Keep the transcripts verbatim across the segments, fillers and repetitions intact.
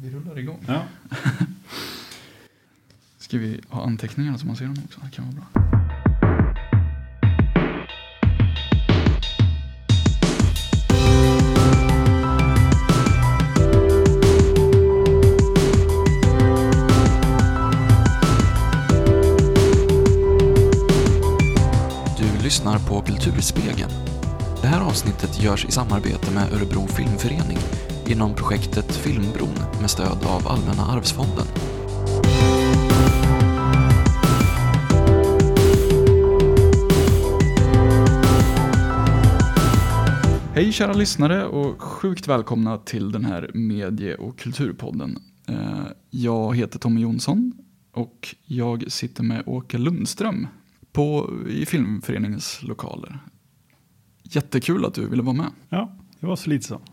vi rullar igång. Ja. Ska vi ha anteckningarna så man ser dem också? Det kan vara bra. Du lyssnar på Kulturspegeln. Det här avsnittet görs i samarbete med Örebro Filmförening inom projektet Filmbron med stöd av Allmänna arvsfonden. Hej kära lyssnare och sjukt välkomna till den här medie- och kulturpodden. Jag heter Tommy Jonsson och jag sitter med Åke Lundström på, i Filmföreningens lokaler. Jättekul att du ville vara med. Ja, det var så lite så.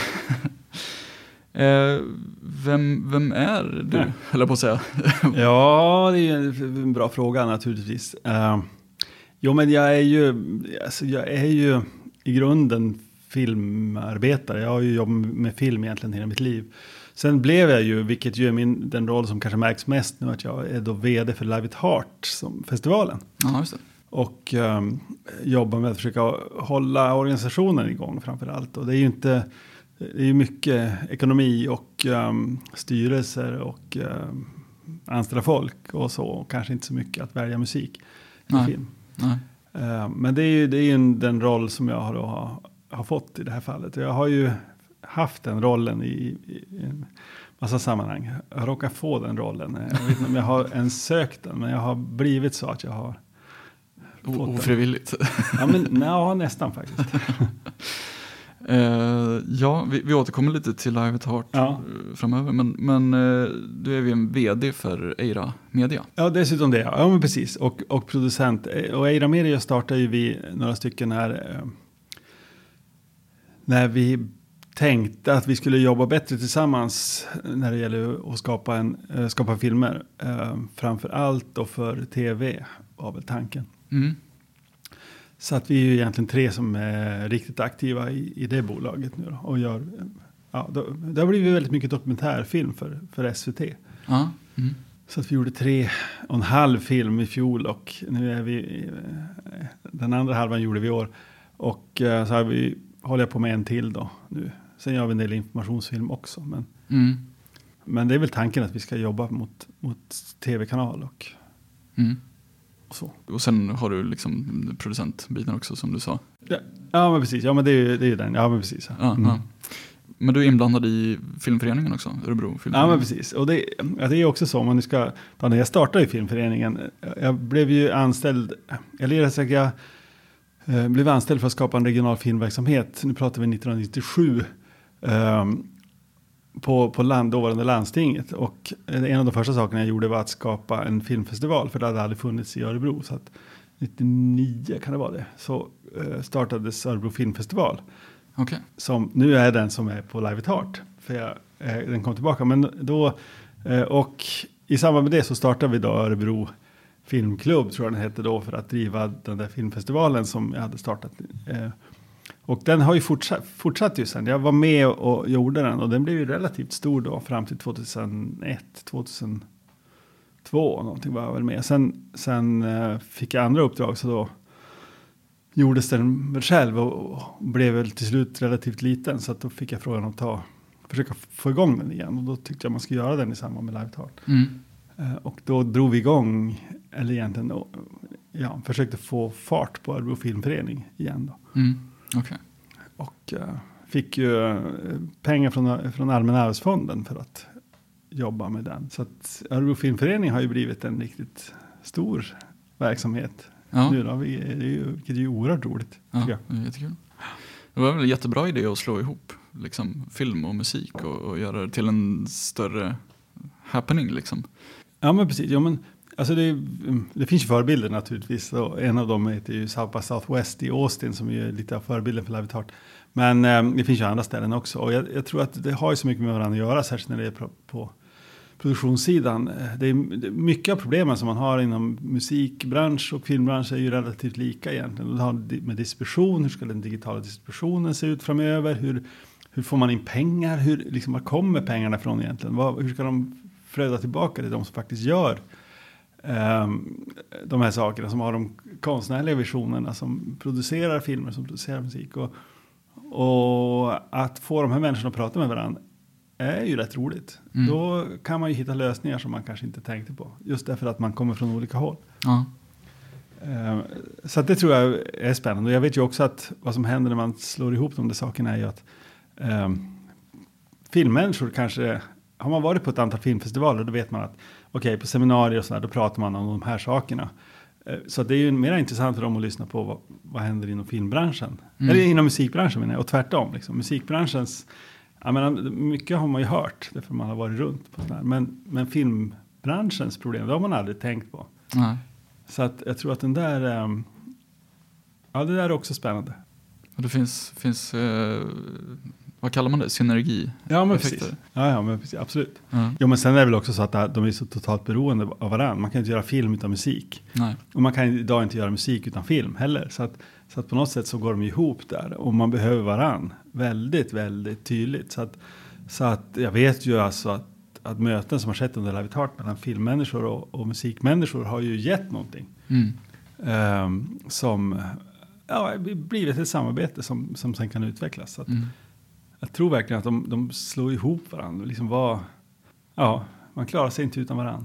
eh, vem, vem är du, Nej. eller på att säga? Ja, det är en bra fråga naturligtvis. Uh, jo, men jag är ju, alltså jag är ju i grunden filmarbetare. Jag har ju jobbat med film egentligen hela mitt liv. Sen blev jag ju, vilket ju är min, den roll som kanske märks mest nu, att jag är då vd för Live It Heart som festivalen. Ja, just det. Och um, jobbar med att försöka hålla organisationen igång framförallt. Och det är ju inte, det är ju mycket ekonomi och um, styrelser och um, anställda folk och så. Och kanske inte så mycket att välja musik i Nej. film. Nej. Uh, men det är ju, det är ju den roll som jag har, har, har fått i det här fallet. Jag har ju haft den rollen i, i, i en massa sammanhang. Jag råkar få den rollen. Jag vet inte om jag har ens sökt den, men jag har blivit så att jag har ofrivilligt. Ja, men ja, nästan faktiskt. uh, ja, vi, vi återkommer lite till Live It Heart ja. framöver. Men, men uh, du är ju en vd för Eira Media. Ja, dessutom det. Ja, men precis. Och, och producent. Och Eira Media startade ju vi några stycken här. Uh, när vi tänkte att vi skulle jobba bättre tillsammans när det gäller att skapa, en, uh, skapa filmer. Uh, framför allt då för tv var väl tanken. Mm. Så att vi är ju egentligen tre som är riktigt aktiva i, i det bolaget nu då, och gör, ja, då, det har blivit väldigt mycket dokumentärfilm för, för S V T. Ja. Mm. Så att vi gjorde tre och en halv film i fjol och nu är vi, den andra halvan gjorde vi i år. Och så har vi, håller jag på med en till då nu. Sen gör vi en del informationsfilm också. Men, mm. men det är väl tanken att vi ska jobba mot, mot tv-kanal och... Mm. Och, så. Och sen har du liksom producentbiten också som du sa. Ja, ja men precis. Ja, men det är ju, det är ju den. Ja, men precis. Ja, mm. ja. Men du är inblandad i Filmföreningen också, Örebro Filmförening. Ja, men precis. Och det, ja, det är också så. Om man nu ska, när jag startade i Filmföreningen, jag blev ju anställd, eller jag, jag eh, blev anställd för att skapa en regional filmverksamhet. Nu pratar vi nittonhundranittiosju. Eh, på, på land, dåvarande landstinget. Och en av de första sakerna jag gjorde var att skapa en filmfestival. För det hade aldrig funnits i Örebro. Så att nittionio kan det vara det. Så uh, startades Örebro Filmfestival. Okay. Som nu är den som är på Live It Heart. För jag, uh, den kom tillbaka. Men då, uh, och i samband med det så startade vi då Örebro Filmklubb, tror jag den hette då. För att driva den där filmfestivalen som jag hade startat. Uh, Och den har ju fortsatt, fortsatt ju sen. Jag var med och gjorde den. Och den blev ju relativt stor då. Fram till tjugohundraett, tjugohundratvå. Någonting var jag väl med. Sen, sen uh, fick jag andra uppdrag. Så då gjordes den själv. Och, och blev väl till slut relativt liten. Så att då fick jag frågan att ta, försöka få igång den igen. Och då tyckte jag man skulle göra den i samband med Live It Heart. Mm. Uh, och då drog vi igång. Eller egentligen då, ja, försökte få fart på Örebro Filmförening igen då. Mm. Okay. Och uh, fick ju uh, pengar från, från Allmänna arvsfonden för att jobba med den. Så att Örebro Filmförening har ju blivit en riktigt stor verksamhet. Ja. Nu då, vi, det är ju, vilket är ju oerhört roligt. Ja, det är jättekul. Det var väl en jättebra idé att slå ihop liksom, film och musik och, och göra det till en större happening liksom. Ja, men precis. Ja, men alltså det, det finns ju förebilder naturligtvis. Och en av dem heter ju South by Southwest i Austin som är lite av förebilden för Live It Heart. Men eh, det finns ju andra ställen också. Och jag, jag tror att det har ju så mycket med varandra att göra, särskilt när det är på, på produktionssidan. Det är, det är mycket av problemen som man har inom musikbransch och filmbransch är ju relativt lika egentligen. Det har med distribution, hur ska den digitala distributionen se ut framöver? Hur hur får man in pengar? Hur, liksom, var kommer pengarna från egentligen? Vad, hur ska de flöda tillbaka till de som faktiskt gör um, de här sakerna, som har de konstnärliga visionerna, som producerar filmer, som producerar musik. Och, och att få de här människorna att prata med varandra är ju rätt roligt. Mm. Då kan man ju hitta lösningar som man kanske inte tänkte på. Just därför att man kommer från olika håll. Ja. Um, så att det tror jag är spännande. Och jag vet ju också att vad som händer när man slår ihop de där sakerna är ju att um, filmmänniskor kanske, har man varit på ett antal filmfestivaler, då vet man att okej, okay, på seminarier och sådär, då pratar man om de här sakerna. Uh, så att det är ju mer intressant för dem att lyssna på vad, vad händer inom filmbranschen. Mm. Eller inom musikbranschen menar jag, och tvärtom. Liksom. Musikbranschens, jag menar, mycket har man ju hört, därför man har varit runt på sådär. Men, men filmbranschens problem, det har man aldrig tänkt på. Nej. Så att jag tror att den där, um, ja, det där är också spännande. Och det finns, finns eh, vad kallar man det? Synergi? Ja, men precis. Ja, ja, men precis, absolut. Mm. Jo, men sen är det väl också så att de är så totalt beroende av varandra. Man kan inte göra film utan musik. Nej. Och man kan idag inte göra musik utan film heller. Så att, så att på något sätt så går de ihop där. Och man behöver varandra väldigt, väldigt tydligt. Så att, så att jag vet ju alltså att att möten som har skett under Live at Heart mellan filmmänniskor och, och musikmänniskor har ju gett någonting. Mm. Um, som ja, blivit ett samarbete som, som sen kan utvecklas. Så att mm. Jag tror verkligen att de, de slår ihop varandra. Liksom var, ja, man klarar sig inte utan varandra.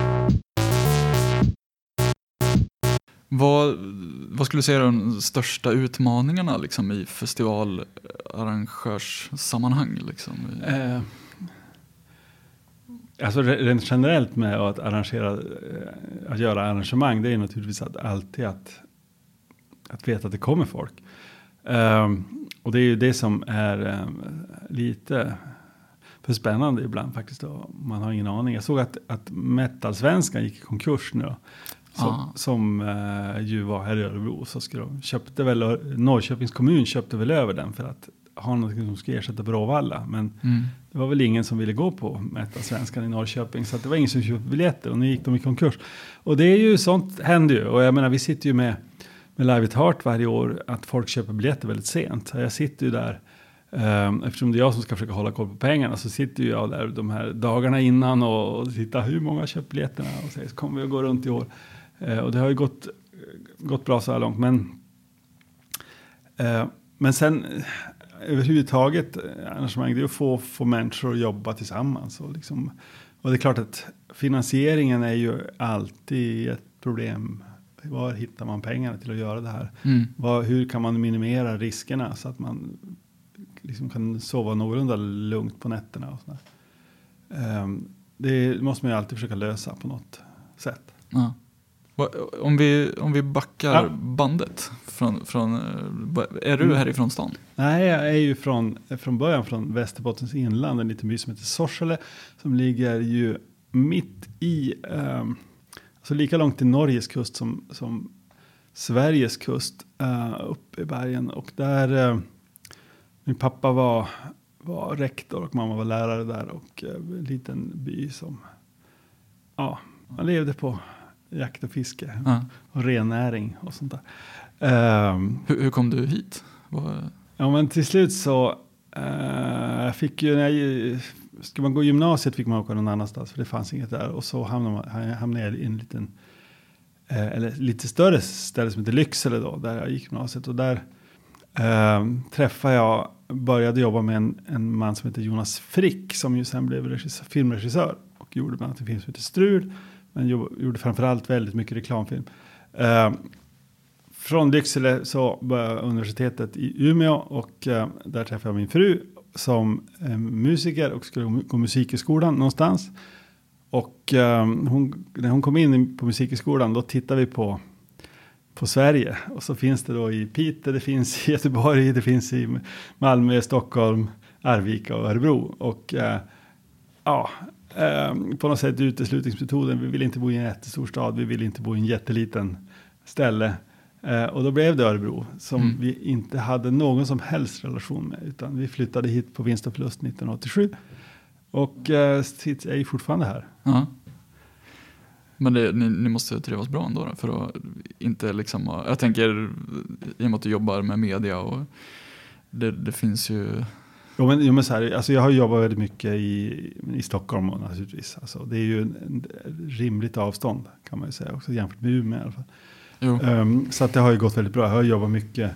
Vad, vad skulle du säga är de största utmaningarna liksom, i festivalarrangörssammanhang? Liksom? Uh, Alltså rent generellt med att arrangera, att göra arrangemang, det är naturligtvis att alltid att, att veta att det kommer folk. Um, och det är ju det som är um, lite för spännande ibland faktiskt. Då. Man har ingen aning. Jag såg att, att Metal-svenskan gick i konkurs nu då. Så, ah. Som uh, ju var här i Örebro. Så skulle de, köpte väl, Norrköpings kommun köpte väl över den för att ha något som ska ersätta Bråvalla. Men mm. det var väl ingen som ville gå på Metal-svenskan i Norrköping. Så att det var ingen som köpte biljetter och nu gick de i konkurs. Och det är ju sånt händer ju. Och jag menar, vi sitter ju med, med Live at Heart varje år att folk köper biljetter väldigt sent. Jag sitter ju där, um, eftersom det är jag som ska försöka hålla koll på pengarna, så sitter ju jag där de här dagarna innan och, och tittar hur många köper biljetterna och säger så kommer vi att gå runt i år. Uh, och det har ju gått, gått bra så här långt. Men, uh, men sen överhuvudtaget arrangemang, det är att få, få människor att jobba tillsammans. Och, liksom, och det är klart att finansieringen är ju alltid ett problem. Var hittar man pengarna till att göra det här? Mm. Var, hur kan man minimera riskerna så att man liksom kan sova någorlunda lugnt på nätterna? Och sådär. Um, det måste man ju alltid försöka lösa på något sätt. Ja. Om vi, om vi backar ja. bandet, från, från, är du härifrån stan? Nej, jag är ju från, från början från Västerbottens inland, en liten by som heter Sorsele, som ligger ju mitt i, um, alltså lika långt till Norges kust som, som Sveriges kust, uh, uppe i bergen. Och där, uh, min pappa var, var rektor och mamma var lärare där, och uh, en liten by som, ja, man levde på jakt och fiske ja. och rennäring och sånt där. Um, hur, hur kom du hit? Var... Ja, men till slut så uh, fick ju, när jag, ska man gå gymnasiet fick man åka någon annanstans, för det fanns inget där. Och så hamnade, man, hamnade jag i en liten, uh, eller lite större ställe som heter Lycksele då, där jag gick gymnasiet. Och där uh, träffade jag, började jobba med en, en man som heter Jonas Frick, som ju sen blev regissör, filmregissör och gjorde bland annat en film som heter Strul. Men gjorde framförallt väldigt mycket reklamfilm. Uh, från Lycksele så började universitetet i Umeå, och uh, där träffade jag min fru som uh, musiker och skulle gå musik i skolan någonstans. Och uh, hon, när hon kom in på musik i skolan, då tittade vi på, på Sverige. Och så finns det då i Piteå, det finns i Göteborg, det finns i Malmö, Stockholm, Arvika och Örebro. Och uh, ja... Uh, på något sätt uteslutningsmetoden. Vi vill inte bo i en jättestor stad. Vi vill inte bo i en jätteliten ställe. Uh, och då blev det Örebro. Som mm. vi inte hade någon som helst relation med. Utan vi flyttade hit på vinst och förlust nittonhundraåttiosju. Och uh, är ju fortfarande här. Uh-huh. Men det, ni, ni måste trivas bra ändå då, för att inte liksom... Jag tänker, i och med att du jobbar med media och det, det finns ju Jo, men, jo, men så här, alltså jag har jobbat väldigt mycket i, i Stockholm naturligtvis. Alltså, det är ju en, en rimligt avstånd kan man ju säga också jämfört med Umeå i alla fall. Jo. Um, så att det har ju gått väldigt bra. Jag har jobbat mycket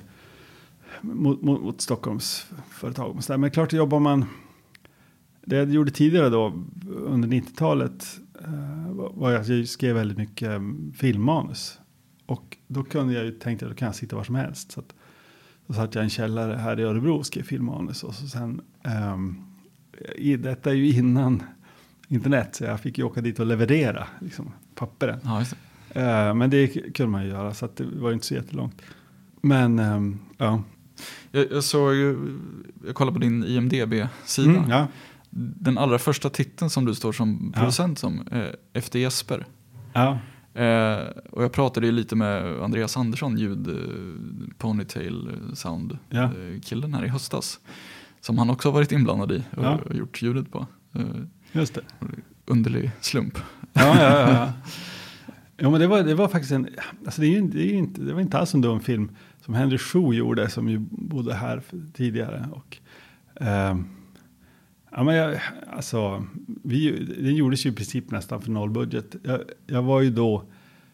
mot, mot, mot Stockholms företag. Men, men klart jobbar man, det jag gjorde tidigare då under nittiotalet uh, var att jag skrev väldigt mycket um, filmmanus. Och då kunde jag ju tänka att då kan jag sitta var som helst. Så att, då satt jag i en källare här i Örebro och skrev filmmanus. Och så sen, um, i, detta är ju innan internet så jag fick ju åka dit och leverera liksom, papperen. Ja, just det. Uh, men det kunde man ju göra så att det var inte så jättelångt. Men um, ja. Jag, jag såg, jag kollade på din I M D B-sida. Mm, ja. Den allra första titeln som du står som producent ja. som, eh, Efter Jesper. Ja. Eh, och jag pratade ju lite med Andreas Andersson, ljud eh, Ponytail Sound Ja. eh, killen här i höstas. Som han också har varit inblandad i och, Ja. och gjort ljudet på. Eh, Just det. Underlig slump. Ja, ja, ja. ja. Jo, men det var, det var faktiskt en, alltså det, är ju, det, är ju inte, det var inte alls en dum film som Henry Shu gjorde som ju bodde här tidigare. Och, eh, ja, men jag, alltså, vi, den gjordes ju i princip nästan för nollbudget. Jag, jag var ju då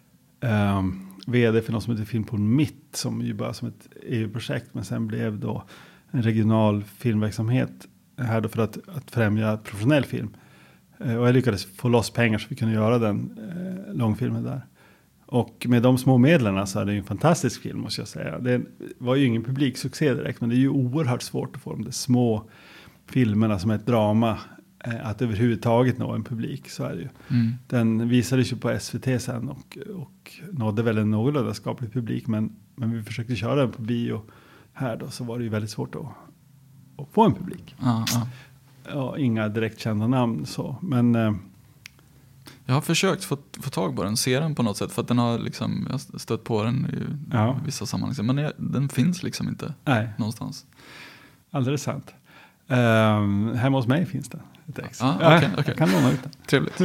eh, vd för något som heter Filmpool Mitt som ju bara som ett E U-projekt men sen blev då en regional filmverksamhet här då för att, att främja professionell film. Och jag lyckades få loss pengar så vi kunde göra den eh, långfilmen där. Och med de små medlen så är det ju en fantastisk film måste jag säga. Det var ju ingen publiksuccé direkt men det är ju oerhört svårt att få de där små filmerna som är ett drama eh, att överhuvudtaget nå en publik. Så är det ju. Mm. Den visades ju på S V T sen och, och nådde väl en någorlunda skaplig publik men, men vi försökte köra den på bio här då så var det ju väldigt svårt att, att få en publik. Ja, ja. Ja, inga direkt kända namn så, men eh, jag har försökt få, få tag på den, se den på något sätt för att den har liksom, jag har stött på den i ja. vissa sammanhang men jag, den finns liksom inte Nej. någonstans. Alldeles sant. Um, hemma hos mig finns det ett ex. Ah, ja, okay, okay. Jag kan låna ut den. Trevligt.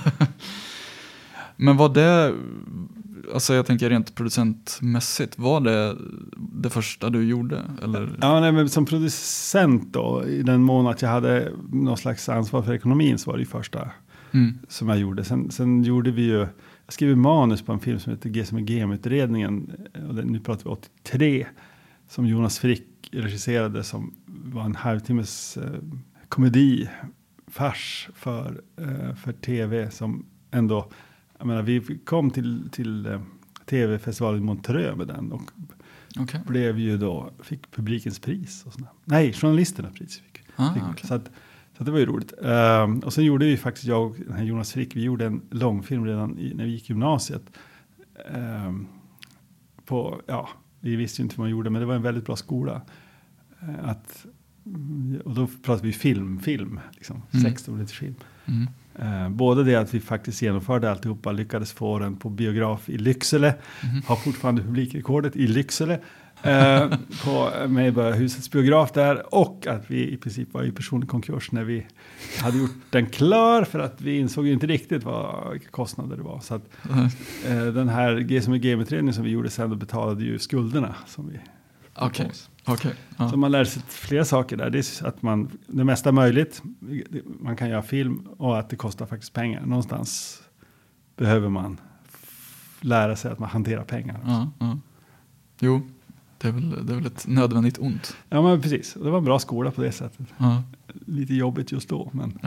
Men var det, alltså jag tänker rent producentmässigt, var det det första du gjorde? Eller? Ja, nej, men som producent då, i den mån att jag hade någon slags ansvar för ekonomin så var det ju första mm. som jag gjorde. Sen, sen gjorde vi ju, jag skrev manus på en film som heter G som är G M-utredningen, och den, nu pratar vi åttiotre, som Jonas Frick regisserade som var en halvtimmes eh, komedi, fars för, eh, för tv som ändå, jag menar, vi kom till, till eh, tv-festivalen i Montreux med den och okay. blev ju då, fick publikens pris och sådär. Nej, journalisternas pris fick, ah, fick okay. så, att, så att det var ju roligt. Um, och sen gjorde vi faktiskt, jag och den här Jonas Frick, vi gjorde en långfilm redan i, när vi gick gymnasiet. Um, på, ja, vi visste ju inte vad man gjorde, men det var en väldigt bra skola. Uh, att, och då pratade vi film, film, liksom, mm. sexton minuters film. Mm. Uh, både det att vi faktiskt genomförde alltihopa, lyckades få den på biograf i Lycksele, mm. har fortfarande publikrekordet i Lycksele, uh, på Medborgarhusets biograf där, och att vi i princip var i personlig konkurs när vi hade gjort den klar, för att vi insåg ju inte riktigt vad, vilka kostnader det var. Så att mm. uh, den här G som är G M-utredningen som vi gjorde sen, då betalade ju skulderna som vi Okej. Okay. Okay. Ja. Så man lär sig flera saker där. Det är att man, det mesta är möjligt. Man kan göra film och att det kostar faktiskt pengar. Någonstans behöver man f- lära sig att man hanterar pengar. Ja, ja. Jo, det är, väl, det är väl ett nödvändigt ont. Ja, men precis. Det var en bra skola på det sättet. Ja. Lite jobbigt just då, men...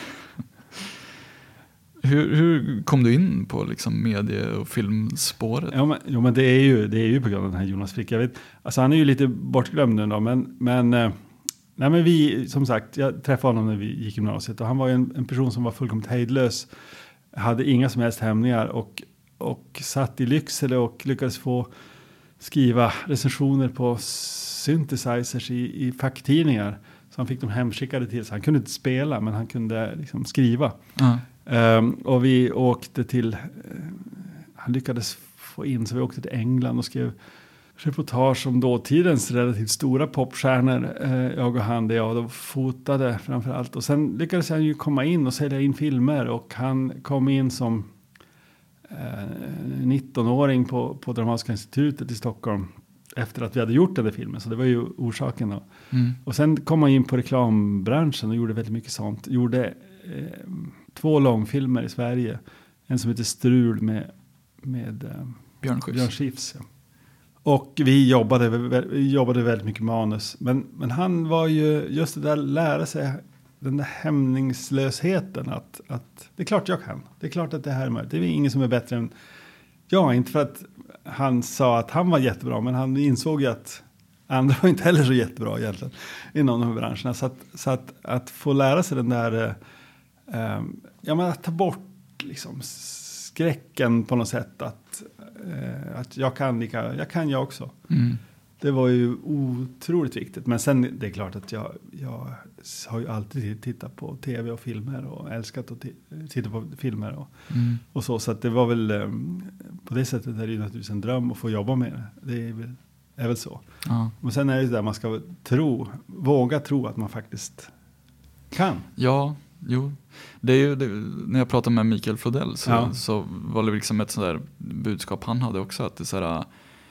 Hur, hur kom du in på liksom medie- och filmspåret? Ja, men, jo, men det är ju det är ju på grund av den här Jonas Frick. Jag vet, alltså han är ju lite bortglömd nu då, men men eh, nej, men vi, som sagt, jag träffade honom när vi gick gymnasiet och han var ju en, en person som var fullkomligt hejdlös, hade inga som helst hämningar och och satt i Lycksele och lyckades få skriva recensioner på synthesizers i, i facktidningar. Så han fick dem hemskickade till sig. Han kunde inte spela, men han kunde liksom skriva. Mm. Um, och vi åkte till, uh, han lyckades få in, så vi åkte till England och skrev reportage om dåtidens relativt stora popstjärnor. Uh, jag och han, det jag då fotade framförallt. Och sen lyckades han ju komma in och sälja in filmer. Och han kom in som uh, nittonåring på, på Dramatiska institutet i Stockholm. efter att vi hade gjort den där filmen. Så det var ju orsaken då. Mm. Och sen kom man in på reklambranschen och gjorde väldigt mycket sånt. Gjorde eh, två långfilmer i Sverige. En som heter Strul med, med eh, Björn Skifs. Björn Skifs, ja. Och vi jobbade, vi jobbade väldigt mycket manus. Men, men han var ju just det där lära sig den där hämningslösheten. Att, att det är klart jag kan. Det är klart att det här är möjligt. Det är ingen som är bättre än jag. Inte för att han sa att han var jättebra. Men han insåg ju att andra var inte heller så jättebra egentligen. Inom de här branscherna. Så att, så att, att få lära sig den där. Eh, ja, men att ta bort liksom skräcken på något sätt. Att, eh, att jag kan lika, jag kan jag också. Mm. Det var ju otroligt viktigt. Men sen det är klart att jag, jag har ju alltid tittat på tv och filmer. Och älskat att t- titta på filmer. Och, Mm. och så. Så att det var väl eh, på det sättet är det ju naturligtvis en dröm att få jobba med det. Det är väl, är väl så. Ja. Och sen är det där man ska tro, våga tro att man faktiskt kan. Ja, jo. Det är ju, det, när jag pratade med Mikael Flodell så, Ja. så var det liksom ett sådär budskap han hade också. Att det är sådär,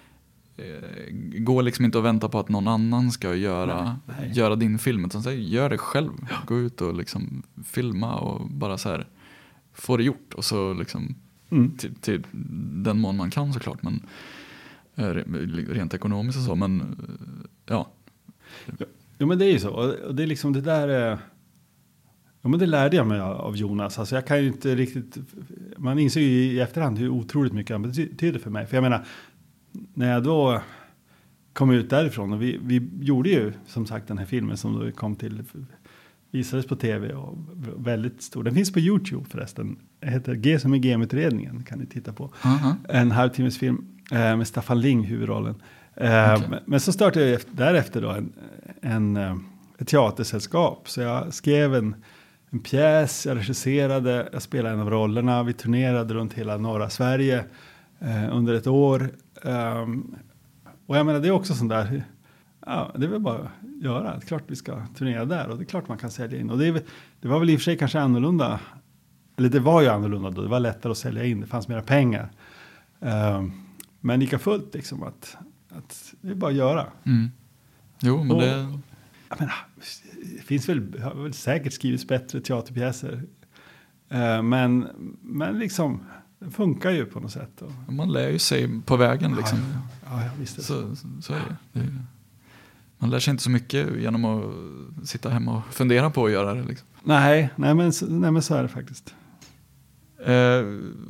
eh, gå liksom inte och vänta på att någon annan ska göra, Nej, nej. göra din film. Utan så här, gör det själv. Ja. Gå ut och liksom filma och bara så här få det gjort. Och så liksom Mm. till, till den mån man kan såklart. Men eh, rent ekonomiskt och så. Men eh, ja. Jo, men det är ju så. Och det är liksom det där. Eh, ja, men det lärde jag mig av Jonas. Alltså jag kan ju inte riktigt. Man inser ju i efterhand hur otroligt mycket han betyder för mig. För jag menar, när jag då kom ut därifrån och vi, vi gjorde ju som sagt den här filmen som då kom till, visades på tv och väldigt stor. Den finns på YouTube förresten. Det heter G som är G-utredningen, kan ni titta på. Uh-huh. En halvtimmes film eh, med Staffan Ling huvudrollen. Eh, Okay. men, men så startade jag efter, därefter då en, en, eh, ett teatersällskap. Så jag skrev en, en pjäs, jag regisserade, jag spelade en av rollerna. Vi turnerade runt hela norra Sverige eh, under ett år. Um, och jag menar, det är också sånt där, ja, det är väl bara att göra. Det är klart vi ska turnera där och det är klart man kan sälja in. Och det, är, det var väl i och för sig kanske annorlunda, eller det var ju annorlunda då, det var lättare att sälja in, det fanns mera pengar. Um, men lika fullt liksom att, att det är bara att göra. Mm. Jo, men och, det... Jag menar, det finns väl, har väl säkert skrivits bättre teaterpjäser. Uh, men, men liksom, det funkar ju på något sätt. Och, Man lär ju sig på vägen liksom. Ja, ja, ja visst är det så, så är det. det är, man lär sig inte så mycket genom att sitta hemma och fundera på att göra det. Liksom. Nej, nej, men, nej, men så är det faktiskt. Eh,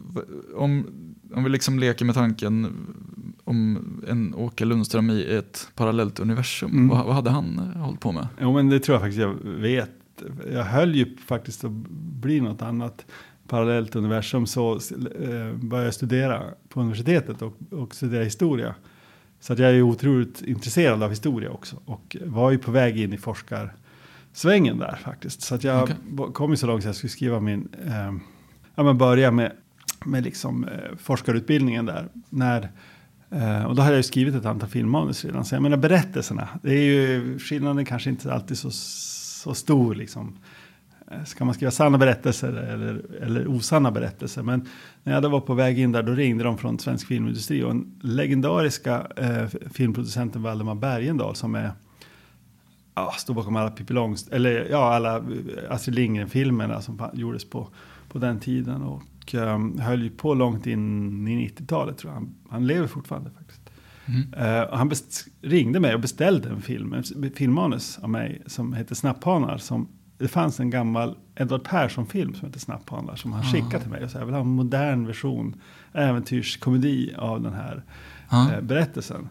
om, om vi liksom leker med tanken om en Åke Lundström i ett parallellt universum. Mm. Vad, vad hade han hållit på med? Jo, men det tror jag faktiskt jag vet. Jag höll ju faktiskt att bli något annat parallellt universum. Så eh, började jag studera på universitetet och, och studera historia. Så att jag är otroligt intresserad av historia också. Och var ju på väg in i forskarsvängen där faktiskt. Så att jag okay. kom ju så långt att jag skulle skriva min... Eh, ja, men börja med, med liksom, eh, forskarutbildningen där. När, eh, och då hade jag ju skrivit ett antal filmmanus redan. Så jag menar berättelserna. Det är ju, skillnaden kanske inte alltid så, så stor liksom. Ska man skriva sanna berättelser eller, eller osanna berättelser. Men när jag då var på väg in där, då ringde de från Svensk Filmindustri. Och den legendariska eh, filmproducenten Valdemar Bergendahl som är, ja, står bakom alla Pippi Långstrump, eller ja, alla Astrid Lindgren-filmerna som gjordes på, på den tiden. Och um, höll ju på långt in i nittiotalet tror jag. Han, han lever fortfarande faktiskt. Mm. Uh, och han best- ringde mig och beställde en film, en filmmanus av mig som heter Snapphanar. Som, det fanns en gammal Edvard Persson-film som heter Snapphanar som han ah. skickade till mig. Och så jag vill ha en modern version, äventyrskomedi av den här ah. uh, berättelsen.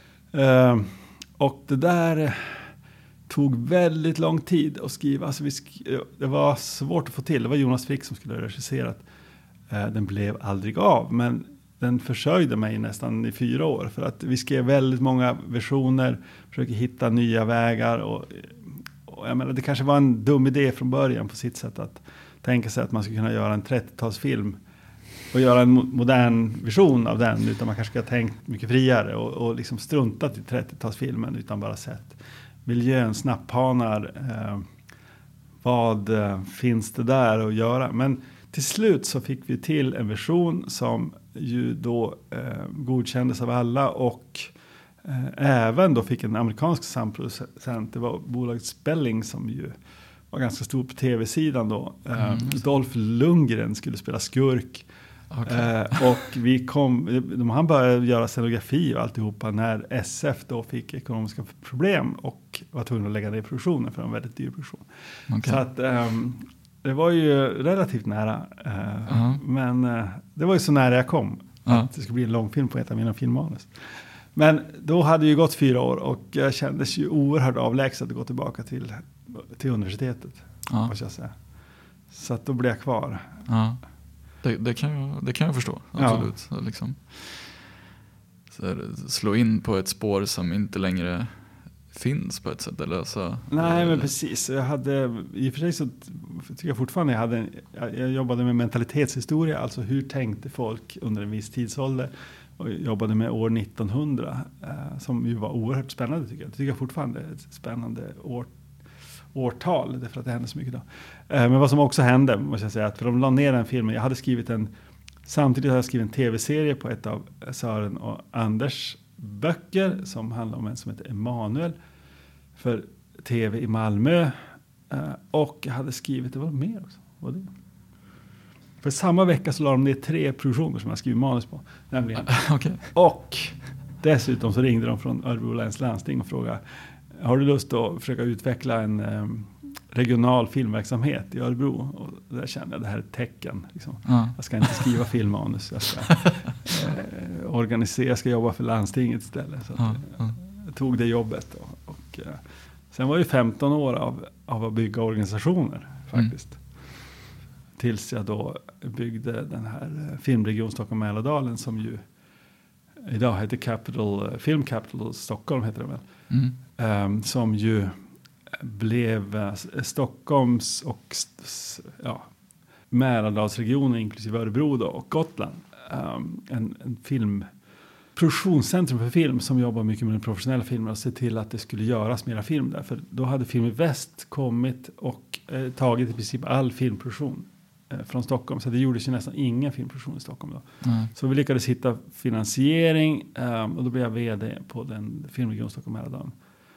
Uh, och det där tog väldigt lång tid att skriva. Alltså vi sk- det var svårt att få till. Det var Jonas Frick som skulle ha regisserat. Uh, den blev aldrig av. Men den försörjde mig nästan i fyra år. För att vi skrev väldigt många versioner. Försöker hitta nya vägar. Och, och jag menar, det kanske var en dum idé från början på sitt sätt. Att tänka sig att man skulle kunna göra en trettiotalsfilm. Och göra en mo- modern version av den. Utan man kanske ska ha tänkt mycket friare. Och, och liksom struntat i trettiotalsfilmen. Utan bara sett miljön, snapphanar. Eh, vad eh, finns det där att göra? Men till slut så fick vi till en version som ju då eh, godkändes av alla och eh, även då fick en amerikansk samproducent. Det var bolaget Spelling som ju var ganska stor på tv-sidan då. Eh, Mm. Dolph Lundgren skulle spela skurk. Okay. Eh, och vi kom, de han började göra scenografi och alltihopa när S F då fick ekonomiska problem och var tvungen att lägga ner produktionen för en väldigt dyr produktion. Okay. Så att um, det var ju relativt nära. Uh, uh-huh. Men uh, det var ju så nära jag kom uh-huh. att det skulle bli en långfilm på ett av mina filmmanus. Men då hade ju gått fyra år och jag kändes ju oerhört avlägset att gå tillbaka till, till universitetet. Uh-huh. Måste jag säga. Så att då blev jag kvar. Uh-huh. Det, det, kan jag, det kan jag förstå, absolut. Ja. Liksom. Så här, slå in på ett spår som inte längre finns på ett sätt. Eller så, Nej, eller... men precis. Jag hade, i och för sig så tycker jag fortfarande, jag, hade, jag jobbade med mentalitetshistoria, alltså hur tänkte folk under en viss tidsålder. Och jobbade med år nittonhundra, eh, som ju var oerhört spännande tycker jag. Det tycker jag fortfarande är ett spännande år. årtal, därför att det hände så mycket då. Eh, men vad som också hände, måste jag säga, att för de la ner den filmen, jag hade skrivit en, samtidigt hade jag skrivit en tv-serie på ett av Sören och Anders böcker, som handlar om en som heter Emanuel, för tv i Malmö. Eh, och jag hade skrivit, det var mer också, vad var det? För samma vecka så la de ner tre produktioner som jag skrev manus på, nämligen. Okay. Och dessutom så ringde de från Örebro läns landsting och frågade: har du lust att försöka utveckla en eh, regional filmverksamhet i Örebro? Och där kände jag att det här är ett tecken. Liksom. Ja. Jag ska inte skriva filmmanus. Jag ska eh, organisera, jag ska jobba för landstinget istället. Så att, Ja, ja. jag tog det jobbet. Och, och, eh, sen var det femton år av, av att bygga organisationer faktiskt. Mm. Tills jag då byggde den här filmregion Stockholm-Mälardalen som ju idag heter Capital, Film Capital Stockholm heter det väl. Mm. Um, som ju blev uh, Stockholms och ja, Mälardalsregionen inklusive Örebro då, och Gotland. Um, en, en film, produktionscentrum för film som jobbar mycket med den professionella filmen och se till att det skulle göras mera film där. För då hade Film i Väst kommit och eh, tagit i princip all filmproduktion eh, från Stockholm. Så det gjordes ju nästan ingen filmproduktion i Stockholm då. Mm. Så vi lyckades hitta finansiering um, och då blev jag vd på den filmregion Stockholm-Mälardalen.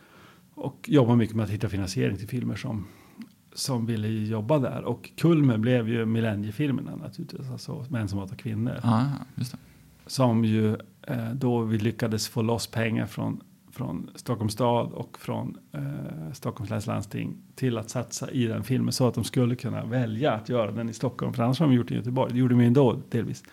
Och jobbar mycket med att hitta finansiering till filmer som, som ville jobba där. Och kulmen blev ju millenniefilmerna naturligtvis. Alltså Män som hatar kvinnor. Ah, just det. Som ju eh, då vi lyckades få loss pengar från, från Stockholms stad och från eh, Stockholms läns landsting till att satsa i den filmen. Så att de skulle kunna välja att göra den i Stockholm. För annars har de gjort det i Göteborg. Det gjorde de ju ändå delvis.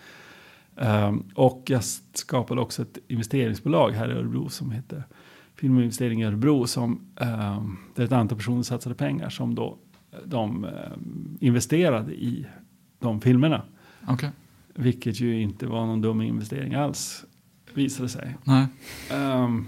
Um, och jag skapade också ett investeringsbolag här i Örebro som heter Filminvestering i Örebro, som, um, där ett antal personer satsade pengar som då de um, investerade i de filmerna. Okay. Vilket ju inte var någon dum investering alls, visade sig. Nej. Um,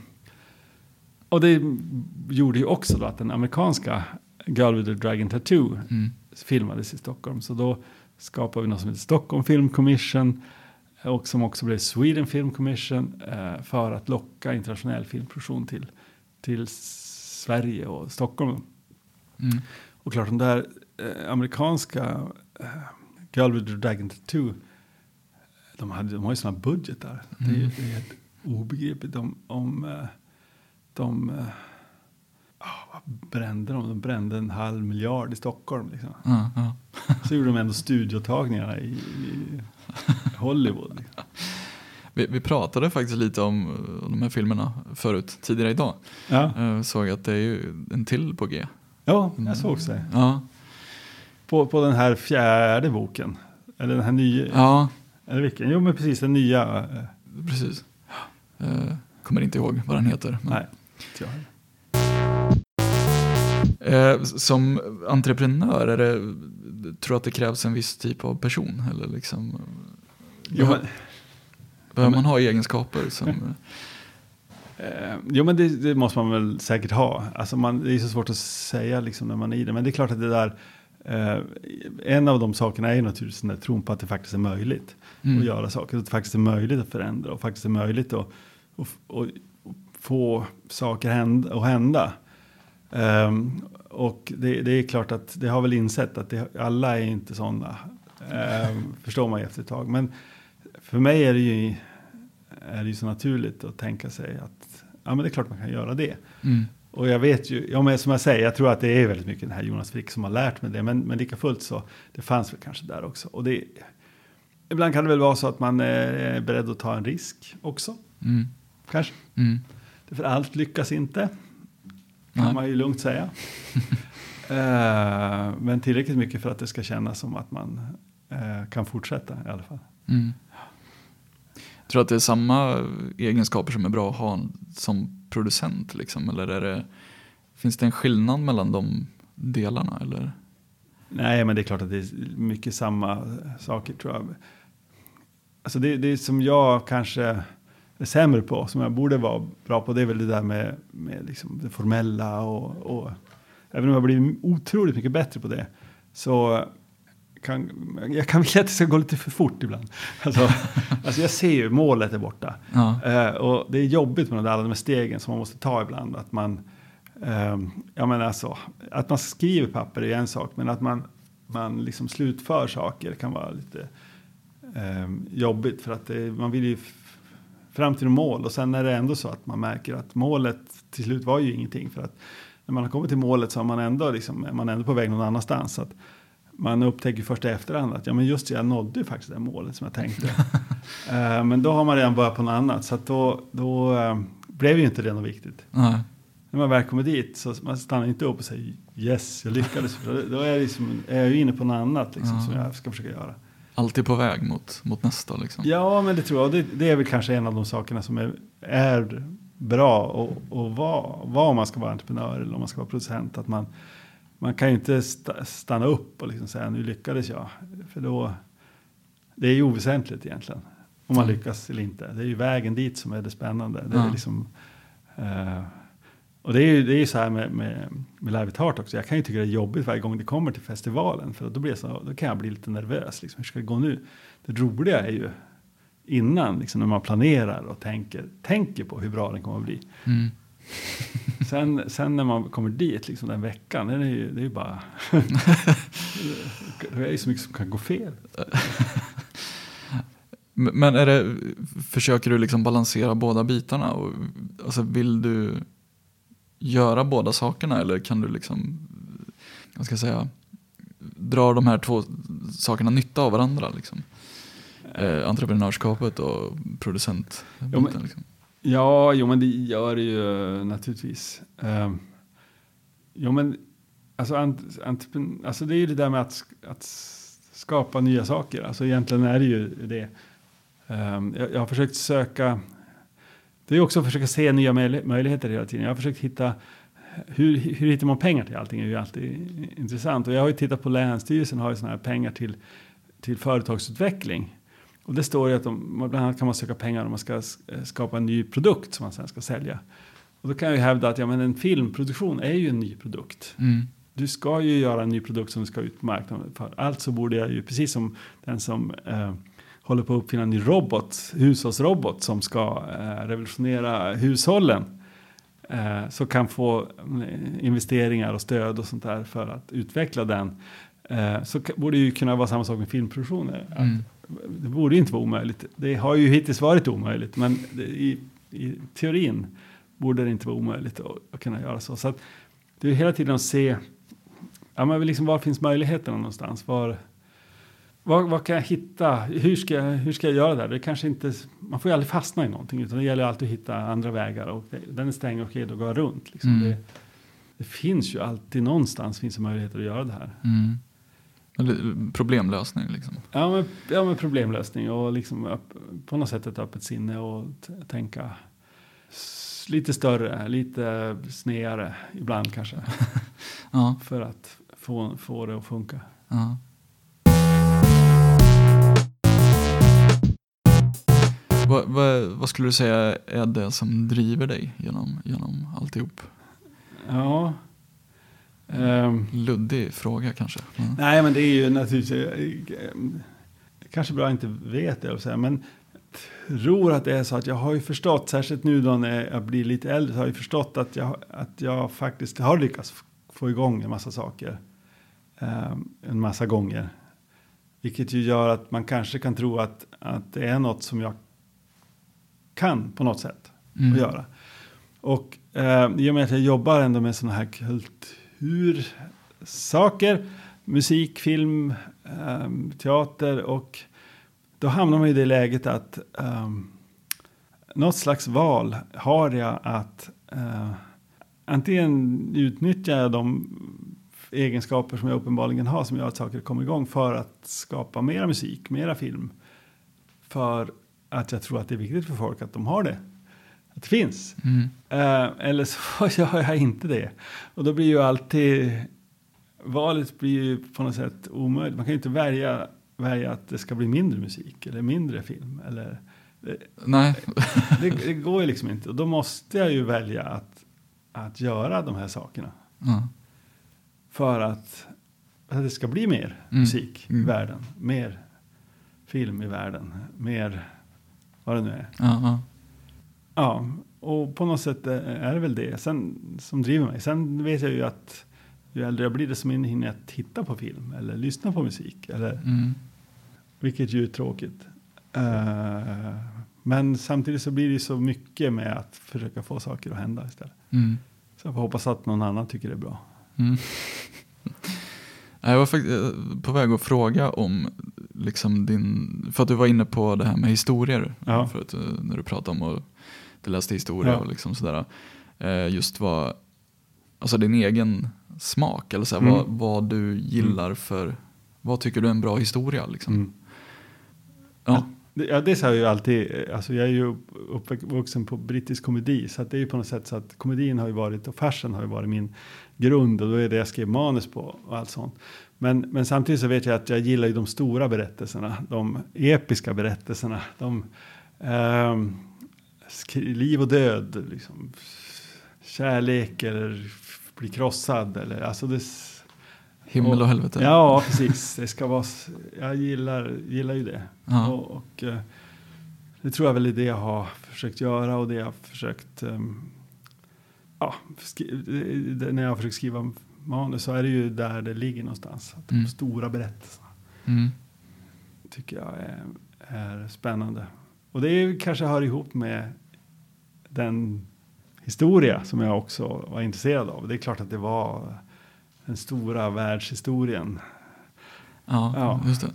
och det gjorde ju också då att den amerikanska Girl with the Dragon Tattoo mm. filmades i Stockholm. Så då skapade vi något som heter Stockholm Film Commission, och som också blev Sweden Film Commission, eh, för att locka internationell filmproduktion till, till Sverige och Stockholm. Mm. Och klart, de där eh, amerikanska eh, Girl with the Dragon Tattoo, de, hade, de har ju sådana budgetar. Mm. Det, är, det är helt obegripligt. De, om, eh, de eh, oh, vad brände de? De brände en halv miljard i Stockholm. Liksom. Ja, ja. Så gjorde de ändå studiotagningarna i, i Hollywood. Vi, vi pratade faktiskt lite om de här filmerna förut, tidigare idag. Ja. Jag såg att det är ju en till på G. Ja, jag såg det. Ja. På, på den här fjärde boken. Eller den här nya. Ja. Eller vilken? Jo, men precis, den nya. Precis. Jag kommer inte ihåg vad den heter. Men... Nej, jag Eh, som entreprenör, är det, tror att det krävs en viss typ av person? Eller liksom, jo, men, behöver man ha egenskaper som... eh, jo, men det, det måste man väl säkert ha. Alltså man, det är så svårt att säga liksom när man är i det. Men det är klart att det där... Eh, en av de sakerna är ju naturligtvis den där tron på att det faktiskt är möjligt mm. att göra saker. Att det faktiskt är möjligt att förändra. Och faktiskt är möjligt att, att, att, att få saker hända, att hända. Um, och det, det är klart att det har väl insett att det, alla är inte sådana, um, förstår man efter ett tag. Men för mig är det ju, är det ju så naturligt att tänka sig att, ja men det är klart man kan göra det. Mm. Och jag vet ju, ja men som jag säger, jag tror att det är väldigt mycket den här Jonas Frick som har lärt mig det. Men, men lika fullt så, det fanns väl kanske där också. Och det, ibland kan det väl vara så att man är beredd att ta en risk också. Mm. Kanske. Mm. För allt lyckas inte. Kan Nej. man ju lugnt säga. uh, men tillräckligt mycket för att det ska kännas som att man uh, kan fortsätta i alla fall. Mm. Jag tror att det är samma egenskaper som är bra att ha som producent liksom, eller är det, finns det en skillnad mellan de delarna eller? Nej, men det är klart att det är mycket samma saker tror jag. Alltså det, det som jag kanske är sämre på, som jag borde vara bra på, det är väl det där med, med liksom det formella och, och även om jag blir otroligt mycket bättre på det så kan, jag kan vilja att det ska gå lite för fort ibland. Alltså, alltså jag ser ju målet är borta. Ja. Uh, och det är jobbigt med alla de här stegen som man måste ta ibland. Att man, uh, jag menar alltså, att man skriver papper är en sak, men att man, man liksom slutför saker kan vara lite uh, jobbigt. För att det, man vill ju f- fram till mål och sen är det ändå så att man märker att målet till slut var ju ingenting. För att när man har kommit till målet så har man ändå, liksom, är man ändå på väg någon annanstans. Så att man upptäcker först i efterhand att ja, men just jag nådde ju faktiskt det målet som jag tänkte. uh, men då har man redan börjat på något annat. Så att då, då uh, blev ju inte det något viktigt. Nej. När man väl kommer dit så man stannar inte upp och säger yes, jag lyckades. Då är jag, liksom, är jag ju inne på något annat liksom, Ja. som jag ska försöka göra. Alltid på väg mot, mot nästa liksom. Ja, men det tror jag. Det, det är väl kanske en av de sakerna som är, är bra och, och vad, vad om man ska vara entreprenör eller om man ska vara producent. Att man, man kan ju inte stanna upp och liksom säga nu lyckades jag. För då, det är ju oväsentligt egentligen. Om man Mm. lyckas eller inte. Det är ju vägen dit som är det spännande. Det Ja. är liksom, uh, och det är ju det är ju så här med, med, med Live at Heart också. Jag kan ju tycka det är jobbigt varje gång det kommer till festivalen. För då, blir jag så, då kan jag bli lite nervös. Liksom. Hur ska det gå nu? Det roliga är ju innan, liksom, när man planerar och tänker, tänker på hur bra den kommer att bli. Mm. Sen, sen när man kommer dit liksom, den veckan, det är ju, det är ju bara... det är ju så mycket som kan gå fel. Men är det, försöker du liksom balansera båda bitarna? Och, alltså vill du göra båda sakerna eller kan du liksom, jag ska säga, dra de här två sakerna nytta av varandra liksom? Eh, entreprenörskapet och producent. Jo, men, liksom. Ja, jo men det gör det ju naturligtvis. Um, jo men alltså, ant, entrepren- alltså det är ju det där med att, att skapa nya saker. Alltså egentligen är det ju det. Um, jag, jag har försökt söka, det är också att försöka se nya möj- möjligheter hela tiden. Jag har försökt hitta, hur, hur hittar man pengar till allting är ju alltid intressant. Och jag har ju tittat på Länsstyrelsen har ju sådana här pengar till, till företagsutveckling. Och det står ju att de, bland annat kan man söka pengar om man ska skapa en ny produkt som man sen ska sälja. Och då kan jag ju hävda att ja, men en filmproduktion är ju en ny produkt. Mm. Du ska ju göra en ny produkt som du ska ut på marknaden för. Alltså borde jag ju, precis som den som eh, håller på att uppfinna en ny robot, hushållsrobot som ska eh, revolutionera hushållen. Eh, så kan få investeringar och stöd och sånt där för att utveckla den. Eh, så k- borde ju kunna vara samma sak med filmproduktioner. Mm. Att, det borde inte vara omöjligt. Det har ju hittills varit omöjligt. Men det, i, i teorin borde det inte vara omöjligt att, att kunna göra så. Så att det är hela tiden att se ja, men liksom, var finns möjligheterna någonstans. Var, var, var kan jag hitta? Hur ska, jag, hur ska jag göra det här? Det kanske inte, man får ju aldrig fastna i någonting. Utan det gäller alltid att hitta andra vägar. Och det, den är stängd, okej, då går jag runt. Liksom. Mm. Det, det finns ju alltid någonstans finns det möjligheter att göra det här. Mm. Eller problemlösning liksom. Ja men, ja, men problemlösning och liksom upp, på något sätt ett öppet sinne och t- tänka s- lite större, lite snedare ibland kanske. Ja. För att få, få det att funka. Ja. Vad, vad, vad skulle du säga är det som driver dig genom, genom alltihop? Ja. Um, Luddig fråga kanske. Mm. nej men det är ju naturligtvis eh, kanske bra att inte vet det, säga, men tror att det är så att jag har ju förstått, särskilt nu då när jag blir lite äldre, så har jag förstått att jag, att jag faktiskt har lyckats få igång en massa saker um, en massa gånger. Vilket ju gör att man kanske kan tro att, att det är något som jag kan på något sätt Mm. att göra. Och eh, i och med att jag jobbar ändå med sådana här kultursaker, musik, film, eh, teater, och då hamnar man i det läget att eh, något slags val har jag att eh, antingen utnyttja jag de egenskaper som jag uppenbarligen har som gör att saker kommer igång för att skapa mera musik, mera film. För att jag tror att det är viktigt för folk att de har det. Att det finns. Mm. Eh, eller så gör jag inte det. Och då blir ju alltid valet blir ju på något sätt omöjligt. Man kan ju inte välja, välja att det ska bli mindre musik eller mindre film. Eller, det, Nej. det, det går ju liksom inte. Och då måste jag ju välja att, att göra de här sakerna. Ja. För att, att det ska bli mer Mm. musik Mm. i världen. Mer film i världen. Mer vad det nu är. Ja, ja. Ja, och på något sätt är det väl det sen, som driver mig. Sen vet jag ju att ju äldre jag blir det som hinner jag titta på film. Eller lyssna på musik. Eller, Mm. vilket ju är tråkigt. Uh, men samtidigt så blir det så mycket med att försöka få saker att hända istället. Mm. Så jag får hoppas att någon annan tycker det är bra. Mm. Jag var faktiskt på väg att fråga om liksom din, för att du var inne på det här med historier, Ja. för att, när du pratade om att du läste historia Ja. och liksom sådär, just vad, alltså din egen smak eller så här, Mm. vad, vad du gillar för, vad tycker du är en bra historia liksom? Mm. Ja. Det, ja, det sa jag ju alltid. Alltså jag är ju uppvuxen på brittisk komedi. Så att det är ju på något sätt så att komedin har ju varit, och farsen har ju varit min grund. Och då är det jag skrev manus på och allt sånt. Men, men samtidigt så vet jag att jag gillar ju de stora berättelserna. De episka berättelserna. De, ehm, skri- liv och död. Liksom, kärlek eller bli krossad. Eller, alltså det, Himmel och helvete. ja, precis. Det ska vara, jag gillar, gillar ju det. Ja. Och, och eh, det tror jag väl är det jag har försökt göra och det jag har försökt um, ja, skri- det, när jag har försökt skriva manus så är det ju där det ligger någonstans. Att de Mm. stora berättelserna Mm. tycker jag är, är spännande. Och det är, kanske hör ihop med den historia som jag också var intresserad av. Det är klart att det var den stora världshistorien. Ja, Ja. just det.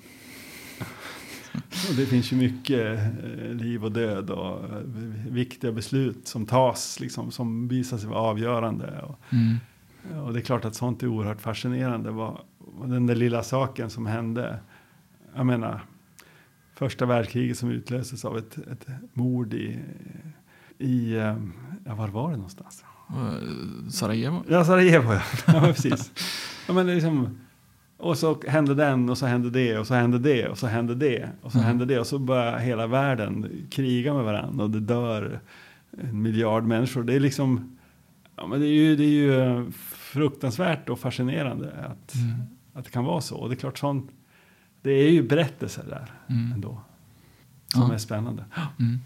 Och det finns ju mycket eh, liv och död och eh, viktiga beslut som tas, liksom, som visar sig vara avgörande. Och, Mm. och det är klart att sånt är oerhört fascinerande. Vad, vad den där lilla saken som hände. Jag menar, första världskriget som utlöstes av ett, ett mord i, i eh, ja, var var det någonstans? Och Sarajevo. Ja, Sarajevo, ja. Ja, precis. Ja, men liksom, och så hände den och så hände det och så hände det och så hände det och så Mm. hände det och så börjar hela världen kriga med varandra och det dör en miljard människor. Det är liksom, ja, men det är ju, det är ju fruktansvärt och fascinerande att, Mm. att det kan vara så. Och det är klart sånt, det är ju berättelser där Mm. ändå som Ja. är spännande. Mm.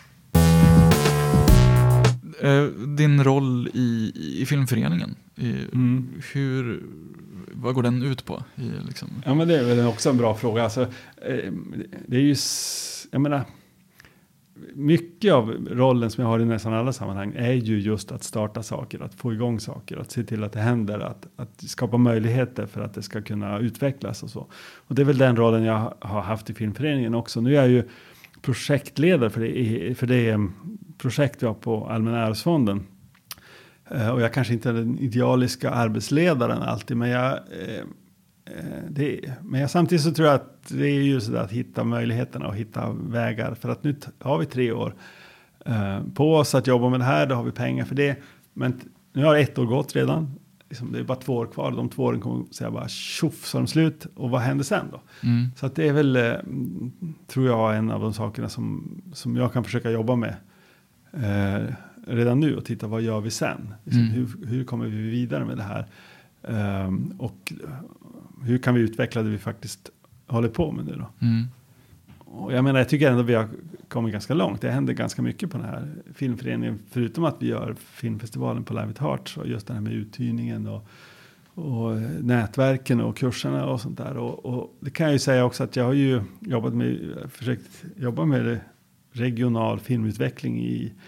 Eh, Din roll i, i filmföreningen, i, Mm. hur, vad går den ut på? I, liksom? Ja, men det är väl också en bra fråga. Alltså, eh, det är ju, s- jag menar, mycket av rollen som jag har i nästan alla sammanhang är ju just att starta saker, att få igång saker, att se till att det händer, att, att skapa möjligheter för att det ska kunna utvecklas och så. Och det är väl den rollen jag har haft i filmföreningen också. Nu är jag ju projektledare för det, för det projekt vi har på Allmänna arvsfonden. Eh, och jag kanske inte är den idealiska arbetsledaren alltid, men jag, eh, eh, det, men jag, samtidigt så tror jag att det är ju sådär att hitta möjligheterna och hitta vägar. För att nu t- har vi tre år eh, på oss att jobba med det här, då har vi pengar för det. Men t- nu har ett år gått redan. Liksom, det är bara två år kvar, de två åren kommer säga bara tjoff så är de slut. Och vad händer sen då? Mm. Så att det är väl, eh, tror jag, en av de sakerna som, som jag kan försöka jobba med eh, redan nu och titta vad gör vi sen? Liksom, Mm. hur, hur kommer vi vidare med det här? Um, och hur kan vi utveckla det vi faktiskt håller på med nu då? Mm. Och jag menar, jag tycker ändå att vi har kommit ganska långt. Det händer ganska mycket på den här filmföreningen. Förutom att vi gör filmfestivalen på Live at Heart. Och just det här med uthyrningen och, och nätverken och kurserna och sånt där. Och, och det kan jag ju säga också att jag har ju jobbat med, försökt jobba med regional filmutveckling i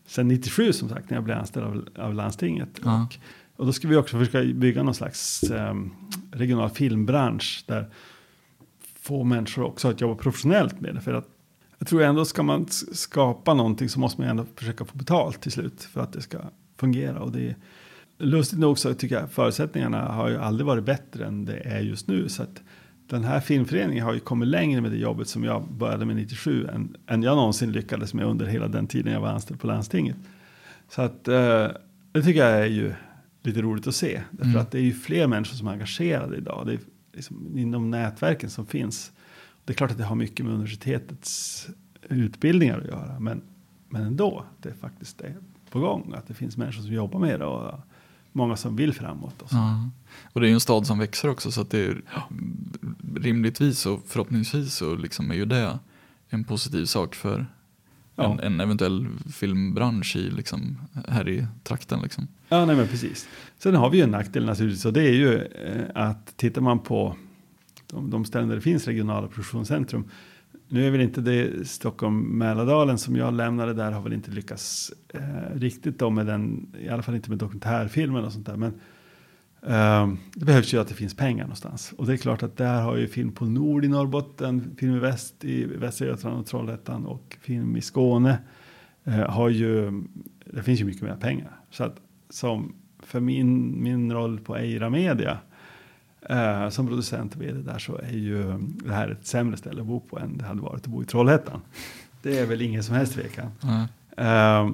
sen nittiosju som sagt när jag blev anställd av, av landstinget. Ja. Och, och då ska vi också försöka bygga någon slags eh, regional filmbransch där få människor också att jobba professionellt med det. För att jag tror ändå ska man skapa någonting så måste man ändå försöka få betalt till slut för att det ska fungera. Och det är lustigt nog så tycker jag förutsättningarna har ju aldrig varit bättre än det är just nu. Så att den här filmföreningen har ju kommit längre med det jobbet som jag började med nittiosju än, än jag någonsin lyckades med under hela den tiden jag var anställd på landstinget. Så att eh, det tycker jag är ju lite roligt att se. Därför mm. att det är ju fler människor som är engagerade idag. Det är liksom inom nätverken som finns. Det är klart att det har mycket med universitetets utbildningar att göra. Men, men ändå, det är faktiskt det på gång. Att det finns människor som jobbar med det och många som vill framåt. Och, så. Ja. Och det är ju en stad som växer också så att det är rimligtvis och förhoppningsvis så liksom är ju det en positiv sak för ja. en, en eventuell filmbransch i, liksom, här i trakten. Liksom. Ja, nej men precis. Sen har vi ju en nackdel naturligtvis och det är ju eh, att tittar man på de, de ställen där det finns regionala produktionscentrum. Nu är väl inte det Stockholm-Mälardalen som jag lämnade där har väl inte lyckats eh, riktigt då med den, i alla fall inte med dokumentärfilmen och sånt där. Men eh, det behövs ju att det finns pengar någonstans. Och det är klart att där har ju Film på Nord i Norrbotten, Film i Väst i Västra Götaland och Trollhättan och Film i Skåne eh, har ju, det finns ju mycket mer pengar. Så att som för min, min roll på Eira Media Uh, som producent och vd där så är ju det här ett sämre ställe att bo på än det hade varit att bo i Trollhättan. Det är väl ingen som helst tvekan. Mm. Uh,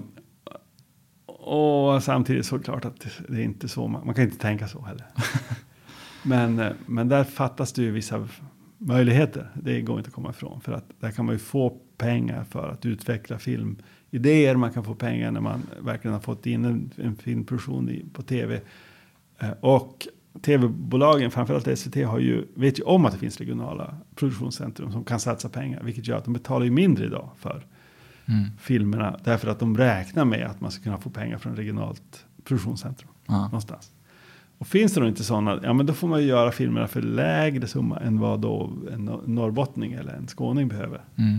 och samtidigt så klart att det är inte så, man, man kan inte tänka så heller. men, men där fattas det ju vissa möjligheter. Det går inte att komma ifrån. För att där kan man ju få pengar för att utveckla filmidéer. Man kan få pengar när man verkligen har fått in en, en filmproduktion i, på tv. Uh, och tv-bolagen, framförallt S V T, har ju, vet ju om att det finns regionala produktionscentrum som kan satsa pengar. Vilket gör att de betalar ju mindre idag för mm. filmerna. Därför att de räknar med att man ska kunna få pengar från regionalt produktionscentrum. Ah. Någonstans. Och finns det då inte sådana, ja men då får man ju göra filmerna för lägre summa än vad då en norrbottning eller en skåning behöver. Mm.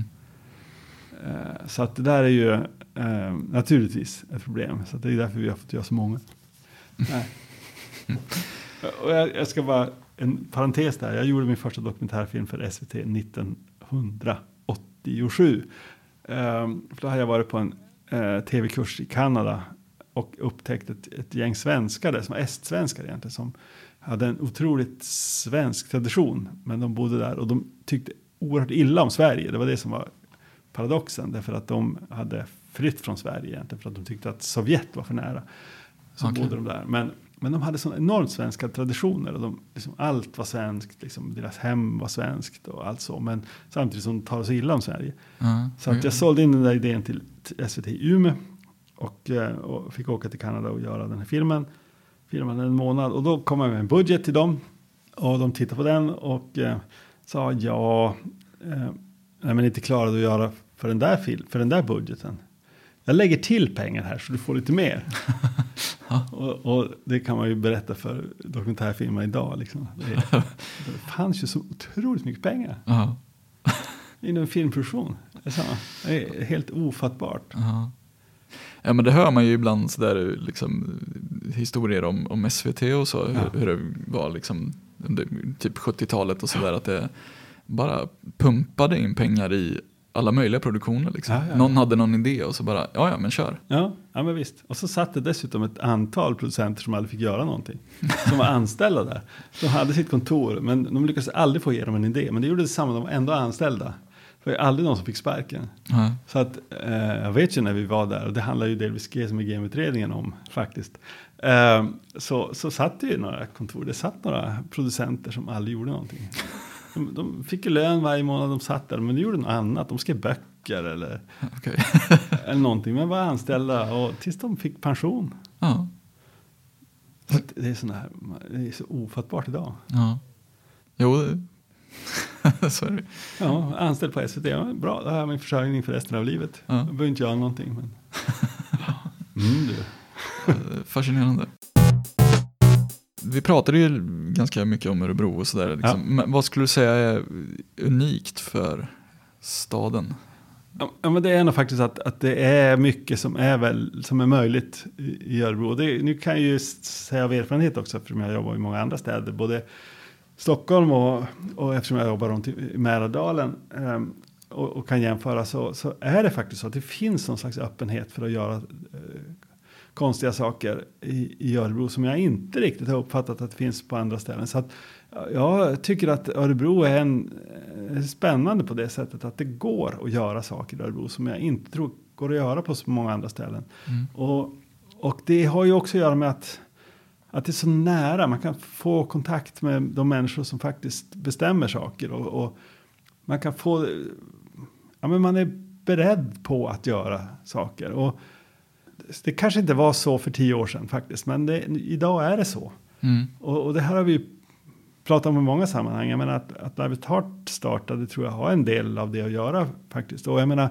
Uh, så att det där är ju uh, naturligtvis ett problem. Så att det är därför vi har fått göra så många. Nej. Och jag, jag ska bara, en parentes där. Jag gjorde min första dokumentärfilm för S V T nittonhundraåttiosju. Um, för då hade jag varit på en uh, tv-kurs i Kanada och upptäckt ett, ett gäng svenskar där, som var estsvenskar egentligen, som hade en otroligt svensk tradition. Men de bodde där och de tyckte oerhört illa om Sverige. Det var det som var paradoxen, därför att de hade flytt från Sverige egentligen för att de tyckte att Sovjet var för nära. Så okay. bodde de där. Men Men de hade sådana enormt svenska traditioner. Och de, liksom, allt var svenskt. Liksom, deras hem var svenskt och allt så. Men samtidigt som de tar så illa om Sverige. Mm. Så att jag sålde in den där idén till, till S V T i Umeå. Och, och fick åka till Kanada och göra den här filmen. Filmen en månad. Och då kom jag med en budget till dem. Och de tittade på den och eh, sa ja. Eh, nej men inte klarade att göra för den där, fil- för den där budgeten. Jag lägger till pengar här så du får lite mer. och, och det kan man ju berätta för dokumentärfilmer idag. Liksom. Det, är, det fanns ju så otroligt mycket pengar. Uh-huh. Inom en filmproduktion. Det är, samma. Det är helt ofattbart. Uh-huh. Ja, men det hör man ju ibland så där, liksom, historier om, om S V T och så. Ja. Hur, hur det var liksom, under typ sjuttiotalet och sådär. Att det bara pumpade in pengar i alla möjliga produktioner liksom. Ja, ja, ja. Någon hade någon idé och så bara, ja ja men kör. Ja, ja men visst. Och så satt det dessutom ett antal producenter som aldrig fick göra någonting. Som var anställda där. De hade sitt kontor, men de lyckades aldrig få igenom en idé. Men det gjorde detsamma, de var ändå anställda. Det var aldrig någon som fick sparken. Mm. Så att, eh, jag vet ju när vi var där, och det handlar ju delvis som i G M-utredningen om faktiskt. Eh, så, så satt det ju några kontor, det satt några producenter som aldrig gjorde någonting. De, de fick ju lön varje månad, de satt där, men de gjorde något annat. De skrev böcker eller, okay. eller någonting. Men var anställda och tills de fick pension. Ja. Så det är sån här, det är så ofattbart idag. Ja. Jo, så är det. Ja, anställd på S V T. Ja, bra, det här är min försörjning för resten av livet. Ja. Jag behöver inte göra någonting. Men... mm, du. Fascinerande. Vi pratade ju ganska mycket om Örebro och sådär. Liksom. Ja. Men vad skulle du säga är unikt för staden? Ja, men det är nog faktiskt att, att det är mycket som är, väl, som är möjligt i, i Örebro. Det, nu kan jag ju säga av erfarenhet också, eftersom jag jobbar i många andra städer. Både Stockholm och, och eftersom jag jobbar runt i Mälardalen um, och, och kan jämföra så, så är det faktiskt så att det finns någon slags öppenhet för att göra uh, konstiga saker i, i Örebro som jag inte riktigt har uppfattat att det finns på andra ställen. Så att jag tycker att Örebro är en, är spännande på det sättet att det går att göra saker i Örebro som jag inte tror går att göra på så många andra ställen. Mm. Och, och det har ju också att göra med att, att det är så nära. Man kan få kontakt med de människor som faktiskt bestämmer saker. Och, och man kan få, ja men man är beredd på att göra saker. Och det kanske inte var så för tio år sedan faktiskt, men det, idag är det så. Mm. Och, och det här har vi pratat om i många sammanhang. Jag menar att, att Live at Heart startade tror jag har en del av det att göra faktiskt. Och jag menar,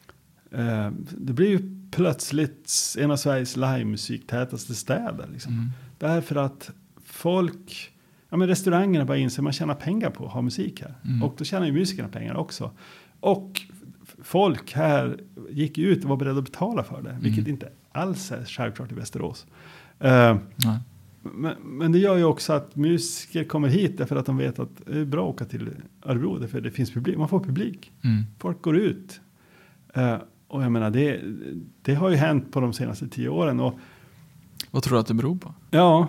eh, det blir ju plötsligt en av Sveriges livemusiktätaste städer. Liksom. Mm. Därför att folk, ja men restaurangerna bara inser att man tjänar pengar på att ha musik här. Mm. Och då tjänar ju musikerna pengar också. Och folk här gick ut och var beredda att betala för det. Mm. Vilket inte alls är självklart i Västerås. Uh, Nej. Men, men det gör ju också att musiker kommer hit därför att de vet att det är bra att åka till Örebro. Därför det finns publik. Man får publik. Mm. Folk går ut. Uh, och jag menar, det, det har ju hänt på de senaste tio åren. Och, vad tror du att det beror på? Ja,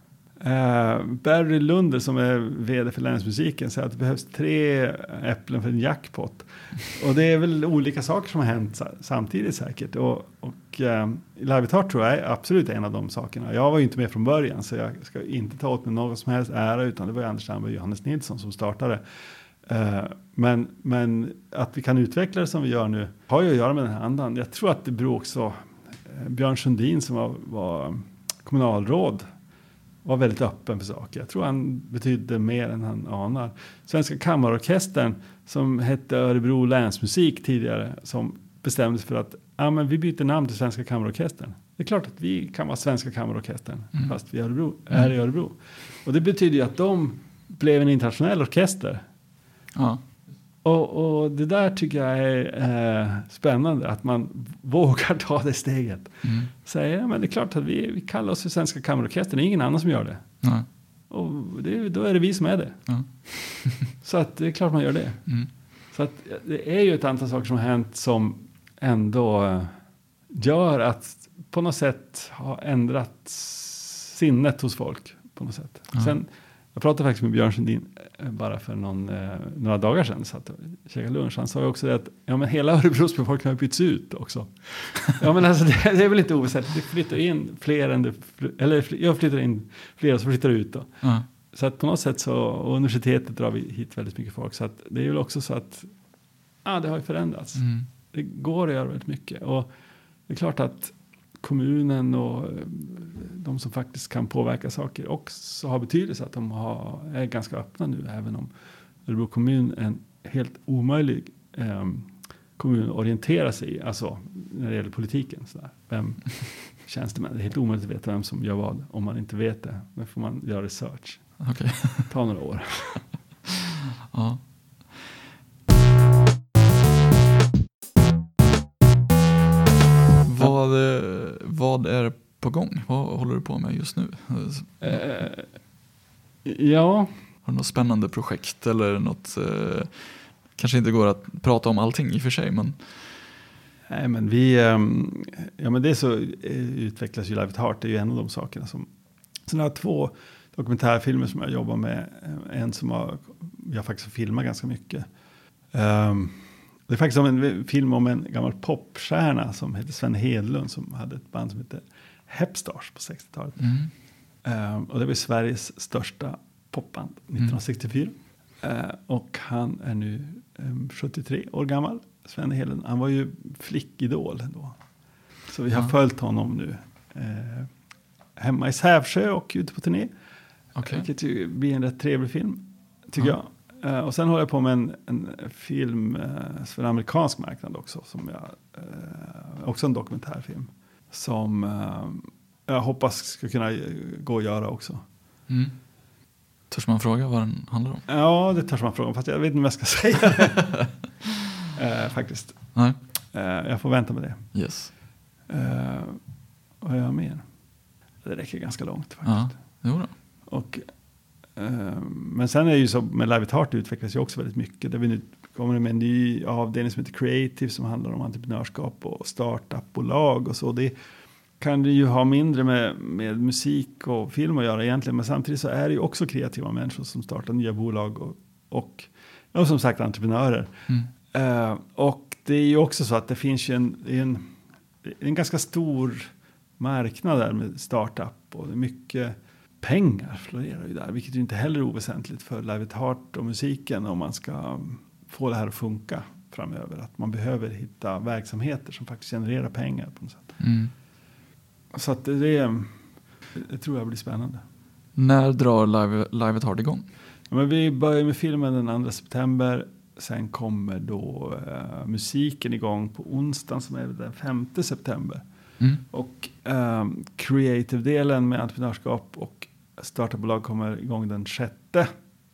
Uh, Barry Lunder som är vd för Länsmusiken säger att det behövs tre äpplen för en jackpot. Och det är väl olika saker som har hänt samtidigt säkert. Och, och uh, Live at Heart tror jag är absolut en av de sakerna. Jag var ju inte med från början så jag ska inte ta åt mig någon som helst ära, utan det var ju Anders Sandberg och Johannes Nilsson som startade. Uh, men, men att vi kan utveckla det som vi gör nu har ju att göra med den här andan. Jag tror att det beror också uh, Björn Sundin som var, var kommunalråd var väldigt öppen för saker. Jag tror han betydde mer än han anar. Svenska kammarorkestern som hette Örebro Länsmusik tidigare, som bestämde sig för att ja, men vi byter namn till Svenska kammarorkestern. Det är klart att vi kan vara Svenska kammarorkestern mm. fast vi är, Örebro, är mm. i Örebro. Och det betyder ju att de blev en internationell orkester. Ja. Och, och det där tycker jag är eh, spännande, att man vågar ta det steget. Mm. Säga, ja, men det är klart att vi, vi kallar oss för Svenska kammarorkestern, det är ingen annan som gör det. Mm. Och det, då är det vi som är det. Mm. Så att det är klart man gör det. Mm. Så att det är ju ett antal saker som har hänt som ändå eh, gör att på något sätt har ändrat sinnet hos folk på något sätt. Mm. Sen jag pratade faktiskt med Björn Sundin bara för någon, eh, några dagar sedan. Så att käka lunch. Han sa ju också det att ja, men hela Örebros befolkning har bytts ut också. Ja, men alltså, det, det är väl inte oväsentligt. Det flyttar in fler än det, eller jag flyttar in fler som flyttar ut då. Mm. Så att på något sätt så, och universitetet drar vi hit väldigt mycket folk. Så att det är väl också så att ja, det har ju förändrats. Mm. Det går att göra väldigt mycket. Och det är klart att kommunen och de som faktiskt kan påverka saker också har betydelse, att de har, är ganska öppna nu, även om Örebro kommun är en helt omöjlig eh, kommun att orientera sig i, alltså när det gäller politiken. Sådär. Vem tjänstemän, det är helt omöjligt att veta vem som gör vad om man inte vet det. Då får man göra research. Okay. Ta några år. Ja. Vad, vad är på gång? Vad håller du på med just nu? Uh, ja. Har du något spännande projekt eller något? Uh, kanske inte går att prata om allting i och för sig, men nej, men vi um, ja, men det är så uh, utvecklas ju Live at Heart. Det är ju en av de sakerna som. Sen har jag två dokumentärfilmer som jag jobbar med. En som har, jag faktiskt filmat ganska mycket. Um, Det är faktiskt en film om en gammal popstjärna som heter Sven Hedlund, som hade ett band som heter Hepstars på sextiotalet. Mm. Um, och det var Sveriges största popband nittonhundrasextiofyra. Mm. Uh, och han är nu um, sjuttiotre år gammal, Sven Hedlund. Han var ju flickidol då. Så vi har ja. följt honom nu uh, hemma i Sävsjö och ute på turné. Okay. Vilket ju blir en rätt trevlig film, tycker ja. jag. Uh, och sen håller jag på med en, en film uh, för amerikansk marknad också. Som jag, uh, också en dokumentärfilm. Som uh, jag hoppas ska kunna gå att göra också. Mm. Törs man fråga vad den handlar om? Ja, det törs man fråga. Fast jag vet inte vad jag ska säga. eh, faktiskt. Nej. Eh, jag får vänta med det. Yes. Eh, vad gör jag mer? Det räcker ganska långt faktiskt. Ja, jo då. Och, eh, men sen är det ju så med Live at Heart utvecklas ju också väldigt mycket. Där vi nu kommer med en ny avdelning som heter Creative som handlar om entreprenörskap och startupbolag och så. Det kan det ju ha mindre med, med musik och film att göra egentligen. Men samtidigt så är det ju också kreativa människor som startar nya bolag och, och, och som sagt entreprenörer. Mm. Uh, och det är ju också så att det finns ju en, en, en ganska stor marknad där med startup. Och det är mycket pengar florerar ju där. Vilket ju inte heller är oväsentligt för Live at Heart och musiken om man ska få det här att funka framöver. Att man behöver hitta verksamheter som faktiskt genererar pengar på något sätt. Mm. Så att det, det, det tror jag blir spännande. När drar Live, Live at Heart igång? Ja, men vi börjar med filmen den andra september. Sen kommer då uh, musiken igång på onsdagen som är den femte september. Mm. Och um, creative-delen med entreprenörskap och startupbolag kommer igång den sjätte.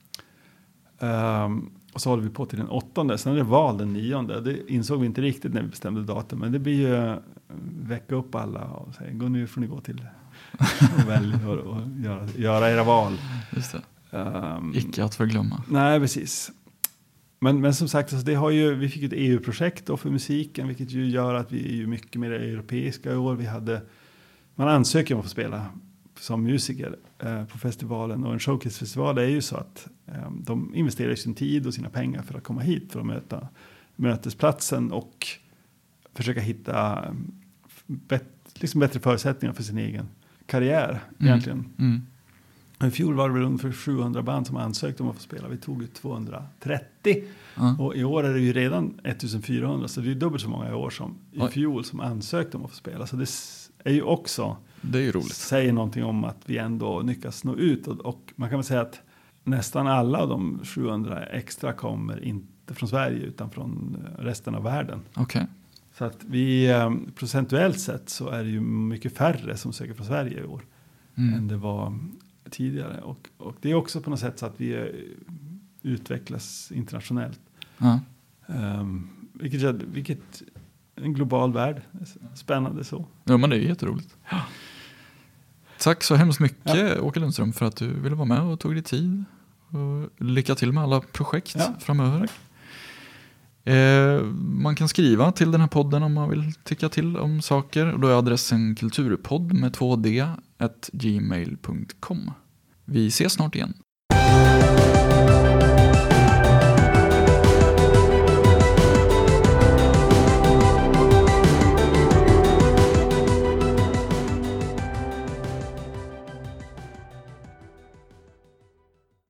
Um, och så håller vi på till den åttonde. Sen är det val den nionde. Det insåg vi inte riktigt när vi bestämde datum. Men det blir ju uh, väcka upp alla och säga gå nu får ni gå till och välja och, och göra, göra era val. Just det. Um, Icke att förglömma. Nej, precis. Men, men som sagt, alltså det har ju, vi fick ett E U-projekt då för musiken, vilket ju gör att vi är ju mycket mer europeiska i år. Vi hade, man ansöker om att få spela som musiker eh, på festivalen. Och en showcase-festival är ju så att eh, de investerar sin tid och sina pengar för att komma hit för att möta mötesplatsen och försöka hitta bet, liksom bättre förutsättningar för sin egen karriär mm. egentligen. Mm. I fjol var det väl ungefär sjuhundra band som ansökte om att få spela. Vi tog ut tvåhundratrettio. Mm. Och i år är det ju redan ettusenfyrahundra. Så det är dubbelt så många i år som i Oj. fjol som ansökte om att få spela. Så det är ju också... Det är ju roligt. Säger någonting om att vi ändå lyckas nå ut. Och, och man kan väl säga att nästan alla av de sjuhundra extra kommer inte från Sverige utan från resten av världen. Okej. Okay. Så att vi procentuellt sett så är det ju mycket färre som söker från Sverige i år. Mm. Än det var... tidigare och, och det är också på något sätt så att vi är, utvecklas internationellt. Ja. Um, vilket, vilket en global värld. Spännande så. Ja, men det är jätteroligt. Ja. Tack så hemskt mycket ja. Åke Lundström för att du ville vara med och tog dig tid. Och lycka till med alla projekt ja. framöver. Eh, man kan skriva till den här podden om man vill tycka till om saker. Och då är adressen kulturpodd med två d at gmail punkt com. Vi ses snart igen.